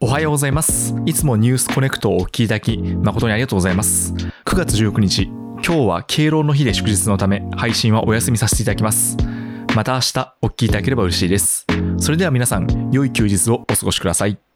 おはようございます。いつもニュースコネクトをお聞きいただき誠にありがとうございます。9月19日、今日は敬老の日で祝日のため配信はお休みさせていただきます。また明日お聞きいただければ嬉しいです。それでは皆さん、良い休日をお過ごしください。